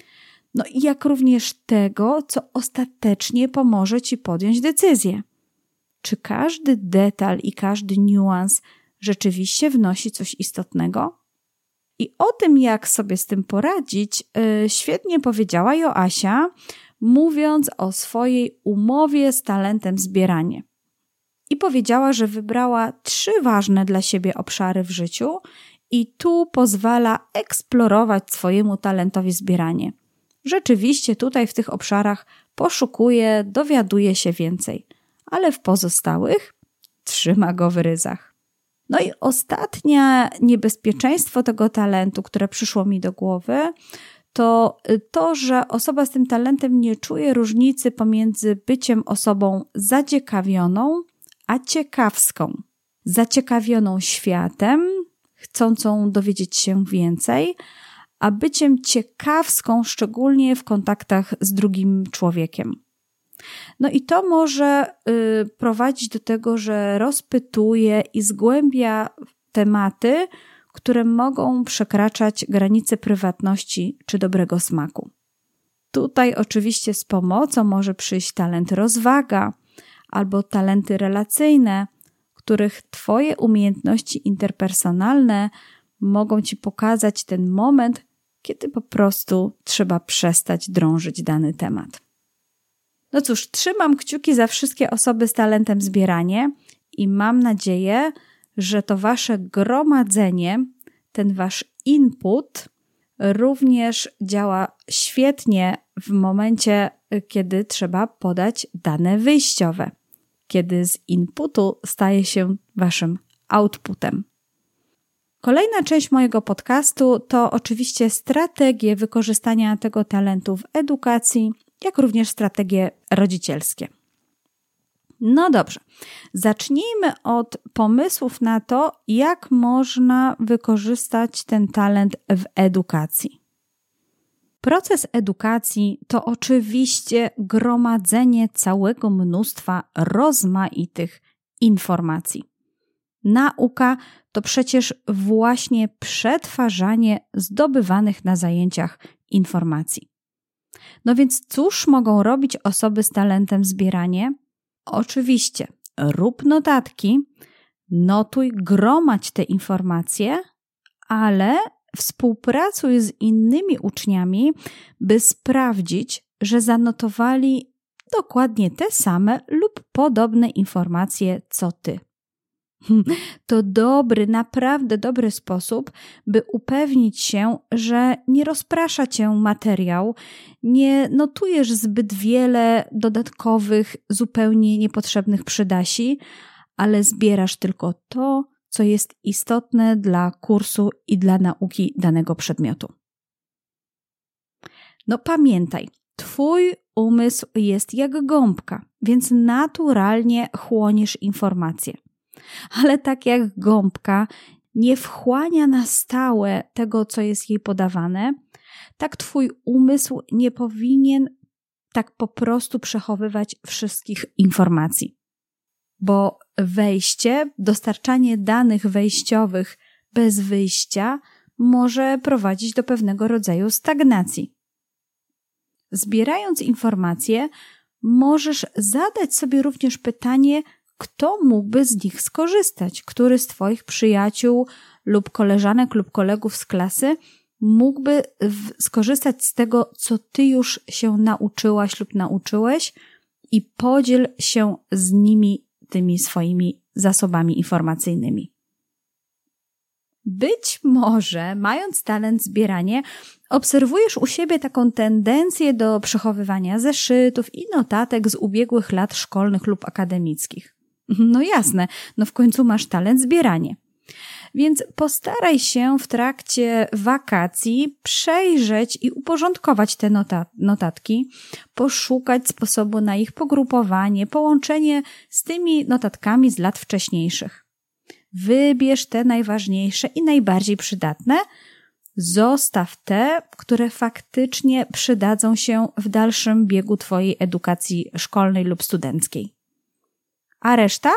S1: i jak również tego, co ostatecznie pomoże Ci podjąć decyzję. Czy każdy detal i każdy niuans rzeczywiście wnosi coś istotnego? I o tym, jak sobie z tym poradzić, świetnie powiedziała Joasia, mówiąc o swojej umowie z talentem zbierania. I powiedziała, że wybrała 3 ważne dla siebie obszary w życiu i tu pozwala eksplorować swojemu talentowi zbieranie. Rzeczywiście tutaj w tych obszarach poszukuje, dowiaduje się więcej, ale w pozostałych trzyma go w ryzach. I ostatnie niebezpieczeństwo tego talentu, które przyszło mi do głowy, to to, że osoba z tym talentem nie czuje różnicy pomiędzy byciem osobą zaciekawioną, a ciekawską. Zaciekawioną światem, chcącą dowiedzieć się więcej, a byciem ciekawską, szczególnie w kontaktach z drugim człowiekiem. I to może prowadzić do tego, że rozpytuje i zgłębia tematy, które mogą przekraczać granice prywatności czy dobrego smaku. Tutaj oczywiście z pomocą może przyjść talent rozwaga albo talenty relacyjne, których Twoje umiejętności interpersonalne mogą Ci pokazać ten moment, kiedy po prostu trzeba przestać drążyć dany temat. Cóż, trzymam kciuki za wszystkie osoby z talentem zbierania i mam nadzieję, że to Wasze gromadzenie, ten Wasz input również działa świetnie w momencie, kiedy trzeba podać dane wyjściowe, kiedy z inputu staje się Waszym outputem. Kolejna część mojego podcastu to oczywiście strategie wykorzystania tego talentu w edukacji, jak również strategie rodzicielskie. Dobrze, zacznijmy od pomysłów na to, jak można wykorzystać ten talent w edukacji. Proces edukacji to oczywiście gromadzenie całego mnóstwa rozmaitych informacji. Nauka to przecież właśnie przetwarzanie zdobywanych na zajęciach informacji. Więc cóż mogą robić osoby z talentem zbierania? Oczywiście rób notatki, notuj, gromadź te informacje, ale współpracuj z innymi uczniami, by sprawdzić, że zanotowali dokładnie te same lub podobne informacje co Ty. To dobry, naprawdę dobry sposób, by upewnić się, że nie rozprasza cię materiał, nie notujesz zbyt wiele dodatkowych, zupełnie niepotrzebnych przydasi, ale zbierasz tylko to, co jest istotne dla kursu i dla nauki danego przedmiotu. Pamiętaj, twój umysł jest jak gąbka, więc naturalnie chłoniesz informacje. Ale tak jak gąbka nie wchłania na stałe tego, co jest jej podawane, tak twój umysł nie powinien tak po prostu przechowywać wszystkich informacji. Bo dostarczanie danych wejściowych bez wyjścia może prowadzić do pewnego rodzaju stagnacji. Zbierając informacje, możesz zadać sobie również pytanie, kto mógłby z nich skorzystać, który z twoich przyjaciół lub koleżanek lub kolegów z klasy mógłby skorzystać z tego, co ty już się nauczyłaś lub nauczyłeś i podziel się z nimi tymi swoimi zasobami informacyjnymi. Być może, mając talent zbierania, obserwujesz u siebie taką tendencję do przechowywania zeszytów i notatek z ubiegłych lat szkolnych lub akademickich. Jasne, w końcu masz talent zbierania. Więc postaraj się w trakcie wakacji przejrzeć i uporządkować te notatki, poszukać sposobu na ich pogrupowanie, połączenie z tymi notatkami z lat wcześniejszych. Wybierz te najważniejsze i najbardziej przydatne, zostaw te, które faktycznie przydadzą się w dalszym biegu twojej edukacji szkolnej lub studenckiej. A reszta?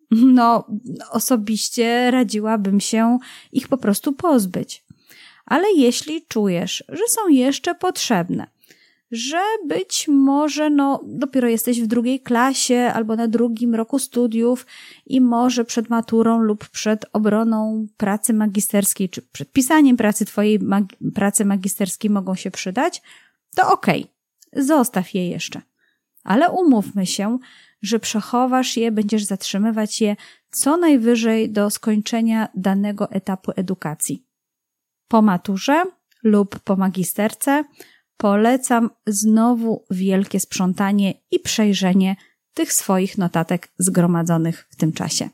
S1: Osobiście radziłabym się ich po prostu pozbyć. Ale jeśli czujesz, że są jeszcze potrzebne, że być może dopiero jesteś w 2. klasie albo na 2. roku studiów i może przed maturą lub przed obroną pracy magisterskiej, czy przed pisaniem twojej pracy magisterskiej mogą się przydać, to okej, zostaw je jeszcze. Ale umówmy się, że przechowasz je, będziesz zatrzymywać je co najwyżej do skończenia danego etapu edukacji. Po maturze lub po magisterce polecam znowu wielkie sprzątanie i przejrzenie tych swoich notatek zgromadzonych w tym czasie.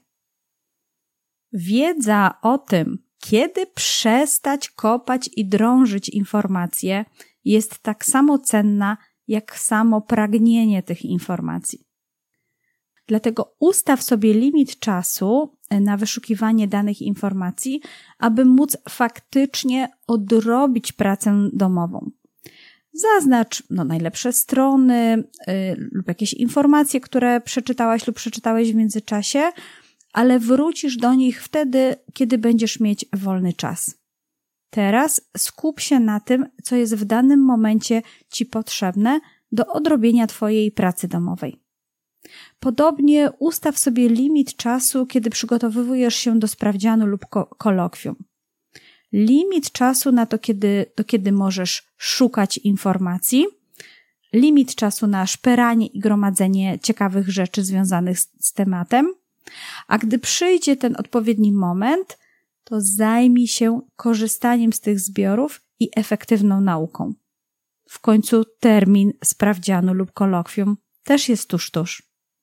S1: Wiedza o tym, kiedy przestać kopać i drążyć informacje, jest tak samo cenna, jak samo pragnienie tych informacji. Dlatego ustaw sobie limit czasu na wyszukiwanie danych informacji, aby móc faktycznie odrobić pracę domową. Zaznacz najlepsze strony lub jakieś informacje, które przeczytałaś lub przeczytałeś w międzyczasie, ale wrócisz do nich wtedy, kiedy będziesz mieć wolny czas. Teraz skup się na tym, co jest w danym momencie ci potrzebne do odrobienia twojej pracy domowej. Podobnie ustaw sobie limit czasu, kiedy przygotowujesz się do sprawdzianu lub kolokwium. Limit czasu na to, kiedy możesz szukać informacji, limit czasu na szperanie i gromadzenie ciekawych rzeczy związanych z tematem, a gdy przyjdzie ten odpowiedni moment, to zajmij się korzystaniem z tych zbiorów i efektywną nauką. W końcu termin sprawdzianu lub kolokwium też jest tuż.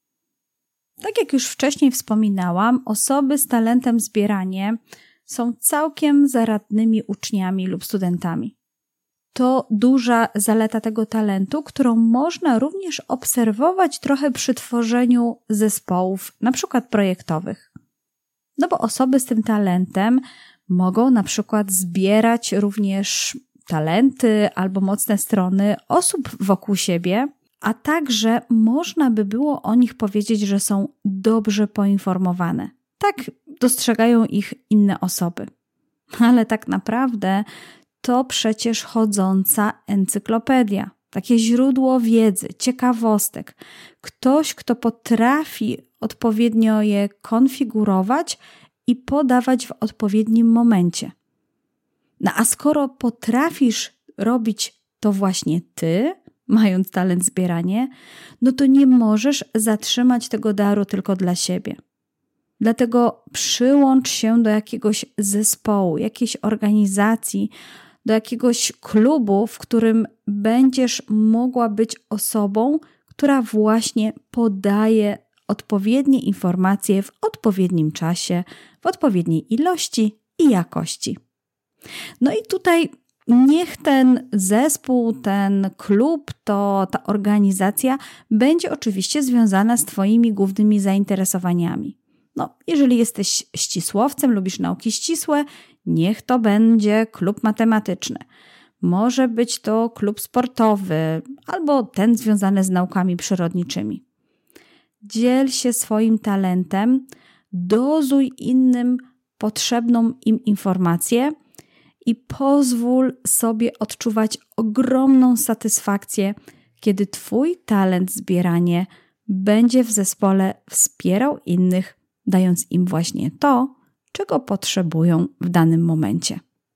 S1: Tak jak już wcześniej wspominałam, osoby z talentem zbierania są całkiem zaradnymi uczniami lub studentami. To duża zaleta tego talentu, którą można również obserwować trochę przy tworzeniu zespołów, na przykład projektowych. Bo osoby z tym talentem mogą na przykład zbierać również talenty albo mocne strony osób wokół siebie, a także można by było o nich powiedzieć, że są dobrze poinformowane. Tak dostrzegają ich inne osoby. Ale tak naprawdę to przecież chodząca encyklopedia. Takie źródło wiedzy, ciekawostek. Ktoś, kto potrafi odpowiednio je konfigurować i podawać w odpowiednim momencie. A skoro potrafisz robić to właśnie ty, mając talent zbierania, to nie możesz zatrzymać tego daru tylko dla siebie. Dlatego przyłącz się do jakiegoś zespołu, jakiejś organizacji, do jakiegoś klubu, w którym będziesz mogła być osobą, która właśnie podaje odpowiednie informacje w odpowiednim czasie, w odpowiedniej ilości i jakości. No i tutaj niech ten zespół, ten klub, ta organizacja będzie oczywiście związana z Twoimi głównymi zainteresowaniami. No, jeżeli jesteś ścisłowcem, lubisz nauki ścisłe, niech to będzie klub matematyczny. Może być to klub sportowy albo ten związany z naukami przyrodniczymi. Dziel się swoim talentem, dozuj innym potrzebną im informację i pozwól sobie odczuwać ogromną satysfakcję, kiedy Twój talent zbieranie będzie w zespole wspierał innych, dając im właśnie to, czego potrzebują w danym momencie.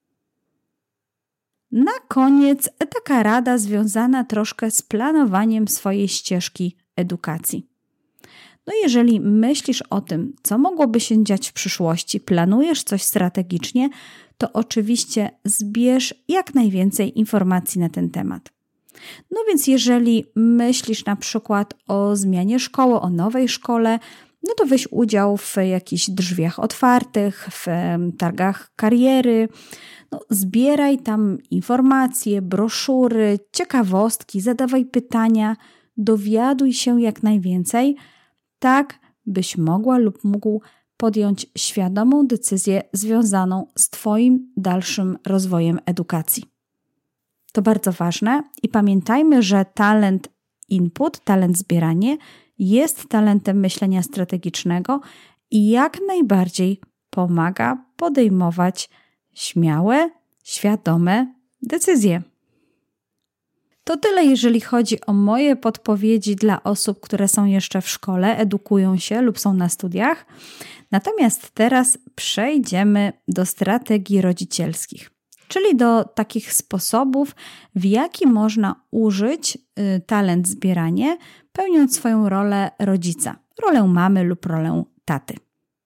S1: Na koniec taka rada związana troszkę z planowaniem swojej ścieżki edukacji. No jeżeli myślisz o tym, co mogłoby się dziać w przyszłości, planujesz coś strategicznie, to oczywiście zbierz jak najwięcej informacji na ten temat. No więc jeżeli myślisz na przykład o zmianie szkoły, o nowej szkole, no to weź udział w jakichś drzwiach otwartych, w targach kariery. No, zbieraj tam informacje, broszury, ciekawostki, zadawaj pytania, dowiaduj się jak najwięcej, tak byś mogła lub mógł podjąć świadomą decyzję związaną z Twoim dalszym rozwojem edukacji. To bardzo ważne i pamiętajmy, że talent input, talent zbieranie jest talentem myślenia strategicznego i jak najbardziej pomaga podejmować śmiałe, świadome decyzje. To tyle, jeżeli chodzi o moje podpowiedzi dla osób, które są jeszcze w szkole, edukują się lub są na studiach. Natomiast teraz przejdziemy do strategii rodzicielskich, czyli do takich sposobów, w jaki można użyć talent zbieranie, pełniąc swoją rolę rodzica, rolę mamy lub rolę taty.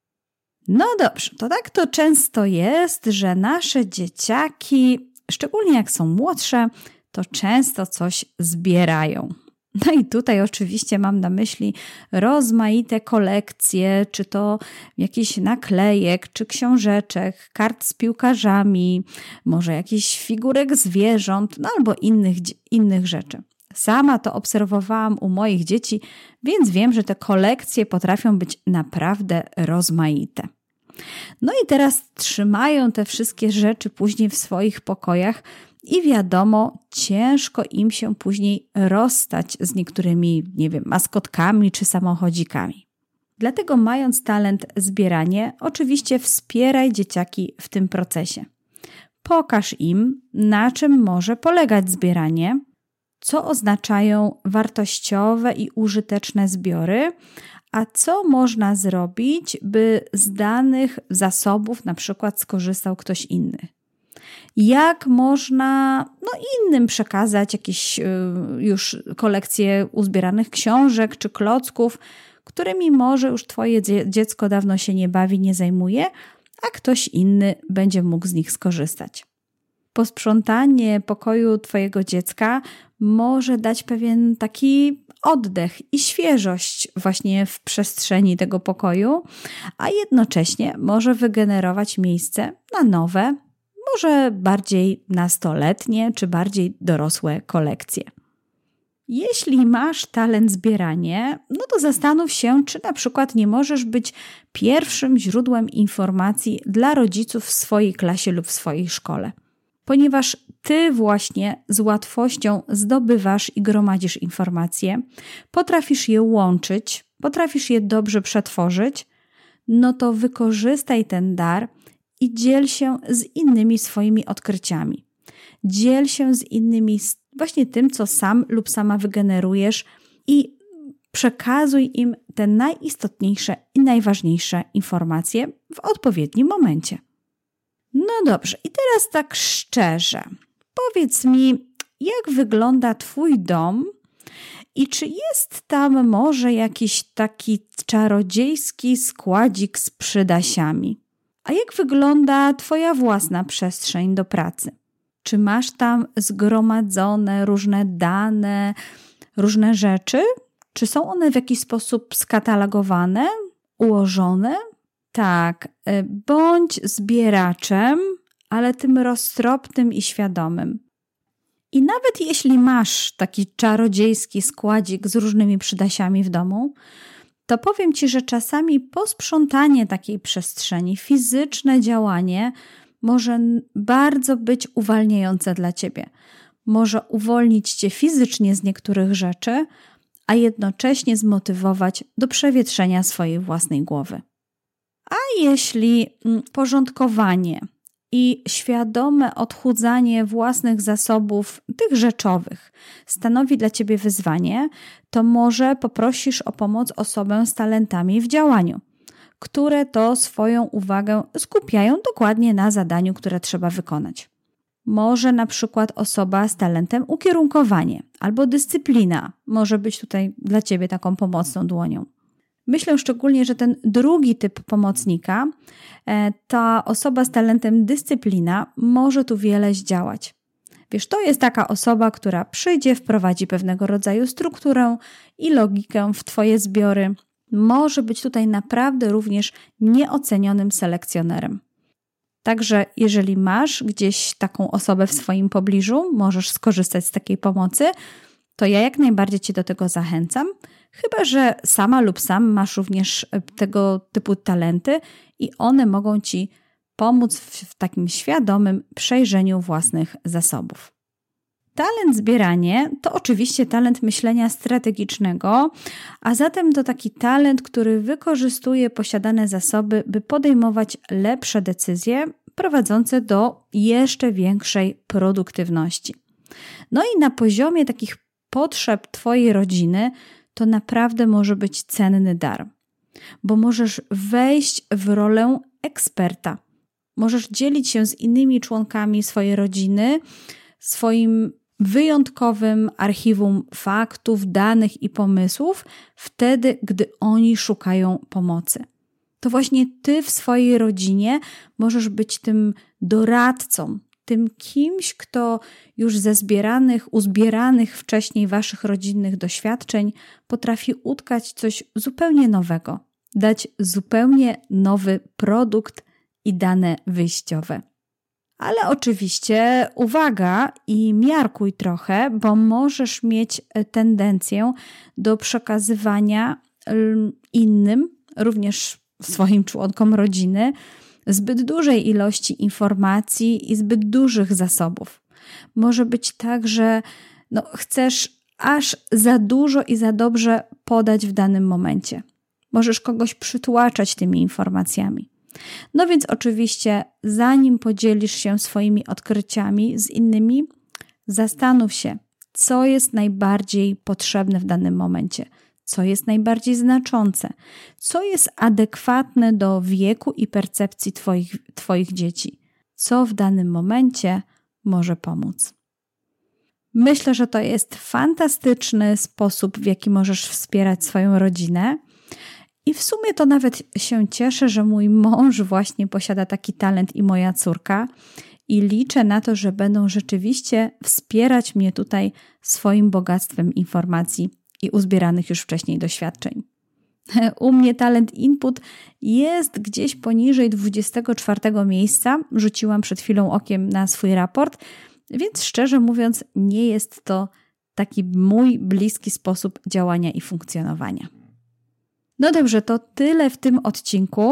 S1: No dobrze, to tak to często jest, że nasze dzieciaki, szczególnie jak są młodsze, to często coś zbierają. No i tutaj oczywiście mam na myśli rozmaite kolekcje, czy to jakichś naklejek, czy książeczek, kart z piłkarzami, może jakichś figurek zwierząt, no albo innych rzeczy. Sama to obserwowałam u moich dzieci, więc wiem, że te kolekcje potrafią być naprawdę rozmaite. No i teraz trzymają te wszystkie rzeczy później w swoich pokojach i wiadomo, ciężko im się później rozstać z niektórymi, maskotkami czy samochodzikami. Dlatego mając talent zbieranie, oczywiście wspieraj dzieciaki w tym procesie. Pokaż im, na czym może polegać zbieranie, co oznaczają wartościowe i użyteczne zbiory, a co można zrobić, by z danych zasobów na przykład skorzystał ktoś inny. Jak można innym przekazać jakieś już kolekcje uzbieranych książek czy klocków, którymi może już Twoje dziecko dawno się nie bawi, nie zajmuje, a ktoś inny będzie mógł z nich skorzystać. Posprzątanie pokoju Twojego dziecka może dać pewien taki oddech i świeżość właśnie w przestrzeni tego pokoju, a jednocześnie może wygenerować miejsce na nowe, może bardziej nastoletnie czy bardziej dorosłe kolekcje. Jeśli masz talent zbieranie, no to zastanów się, czy na przykład nie możesz być pierwszym źródłem informacji dla rodziców w swojej klasie lub w swojej szkole. Ponieważ Ty właśnie z łatwością zdobywasz i gromadzisz informacje, potrafisz je łączyć, potrafisz je dobrze przetworzyć, no to wykorzystaj ten dar i dziel się z innymi swoimi odkryciami. Dziel się z innymi właśnie tym, co sam lub sama wygenerujesz i przekazuj im te najistotniejsze i najważniejsze informacje w odpowiednim momencie. No dobrze, i teraz tak szczerze, powiedz mi, jak wygląda Twój dom I czy jest tam może jakiś taki czarodziejski składzik z przydasiami? A jak wygląda Twoja własna przestrzeń do pracy? Czy masz tam zgromadzone różne dane, różne rzeczy? Czy są one w jakiś sposób skatalogowane, ułożone? Tak, bądź zbieraczem, ale tym roztropnym i świadomym. I nawet jeśli masz taki czarodziejski składzik z różnymi przydasiami w domu, to powiem Ci, że czasami posprzątanie takiej przestrzeni, fizyczne działanie może bardzo być uwalniające dla Ciebie. Może uwolnić Cię fizycznie z niektórych rzeczy, a jednocześnie zmotywować do przewietrzenia swojej własnej głowy. A jeśli porządkowanie i świadome odchudzanie własnych zasobów, tych rzeczowych, stanowi dla Ciebie wyzwanie, to może poprosisz o pomoc osobę z talentami w działaniu, które to swoją uwagę skupiają dokładnie na zadaniu, które trzeba wykonać. Może na przykład osoba z talentem ukierunkowanie albo dyscyplina może być tutaj dla Ciebie taką pomocną dłonią. Myślę szczególnie, że ten drugi typ pomocnika, ta osoba z talentem dyscyplina, może tu wiele zdziałać. Wiesz, to jest taka osoba, która przyjdzie, wprowadzi pewnego rodzaju strukturę i logikę w Twoje zbiory. Może być tutaj naprawdę również nieocenionym selekcjonerem. Także jeżeli masz gdzieś taką osobę w swoim pobliżu, możesz skorzystać z takiej pomocy, to ja jak najbardziej Cię do tego zachęcam, chyba że sama lub sam masz również tego typu talenty i one mogą Ci pomóc w takim świadomym przejrzeniu własnych zasobów. Talent zbieranie to oczywiście talent myślenia strategicznego, a zatem to taki talent, który wykorzystuje posiadane zasoby, by podejmować lepsze decyzje prowadzące do jeszcze większej produktywności. No i na poziomie takich potrzeb Twojej rodziny to naprawdę może być cenny dar, bo możesz wejść w rolę eksperta. Możesz dzielić się z innymi członkami swojej rodziny, swoim wyjątkowym archiwum faktów, danych i pomysłów wtedy, gdy oni szukają pomocy. To właśnie Ty w swojej rodzinie możesz być tym doradcą, tym kimś, kto już ze uzbieranych wcześniej Waszych rodzinnych doświadczeń potrafi utkać coś zupełnie nowego, dać zupełnie nowy produkt i dane wyjściowe. Ale oczywiście uwaga i miarkuj trochę, bo możesz mieć tendencję do przekazywania innym, również swoim członkom rodziny, zbyt dużej ilości informacji i zbyt dużych zasobów. Może być tak, że chcesz aż za dużo i za dobrze podać w danym momencie. Możesz kogoś przytłaczać tymi informacjami. No więc oczywiście, zanim podzielisz się swoimi odkryciami z innymi, zastanów się, co jest najbardziej potrzebne w danym momencie, co jest najbardziej znaczące, co jest adekwatne do wieku i percepcji Twoich dzieci, co w danym momencie może pomóc. Myślę, że to jest fantastyczny sposób, w jaki możesz wspierać swoją rodzinę. I w sumie to nawet się cieszę, że mój mąż właśnie posiada taki talent i moja córka i liczę na to, że będą rzeczywiście wspierać mnie tutaj swoim bogactwem informacji i uzbieranych już wcześniej doświadczeń. U mnie talent input jest gdzieś poniżej 24 miejsca. Rzuciłam przed chwilą okiem na swój raport, więc szczerze mówiąc nie jest to taki mój bliski sposób działania i funkcjonowania. No dobrze, to tyle w tym odcinku.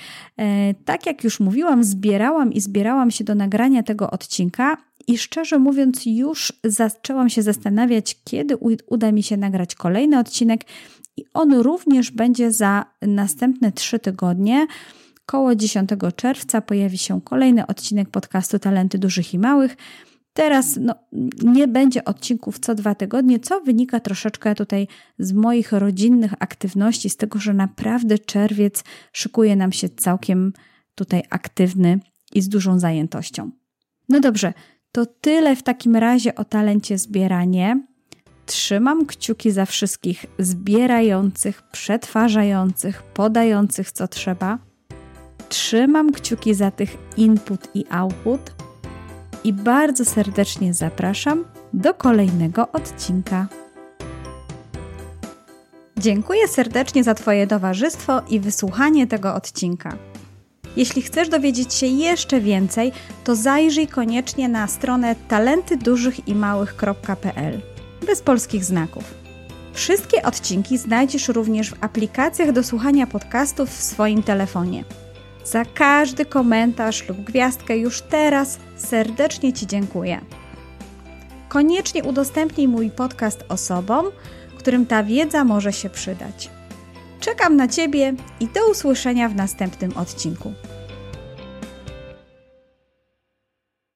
S1: Tak jak już mówiłam, zbierałam się do nagrania tego odcinka i szczerze mówiąc już zaczęłam się zastanawiać, kiedy uda mi się nagrać kolejny odcinek i on również będzie za następne 3 tygodnie. Koło 10 czerwca pojawi się kolejny odcinek podcastu Talenty Dużych i Małych. Teraz nie będzie odcinków co 2 tygodnie, co wynika troszeczkę tutaj z moich rodzinnych aktywności, z tego, że naprawdę czerwiec szykuje nam się całkiem tutaj aktywny i z dużą zajętością. No dobrze, to tyle w takim razie o talencie zbieranie. Trzymam kciuki za wszystkich zbierających, przetwarzających, podających co trzeba. Trzymam kciuki za tych input i output i bardzo serdecznie zapraszam do kolejnego odcinka. Dziękuję serdecznie za Twoje towarzystwo i wysłuchanie tego odcinka. Jeśli chcesz dowiedzieć się jeszcze więcej, to zajrzyj koniecznie na stronę talentydużychimałych.pl bez polskich znaków. Wszystkie odcinki znajdziesz również w aplikacjach do słuchania podcastów w swoim telefonie. Za każdy komentarz lub gwiazdkę już teraz serdecznie Ci dziękuję. Koniecznie udostępnij mój podcast osobom, którym ta wiedza może się przydać. Czekam na Ciebie i do usłyszenia w następnym odcinku.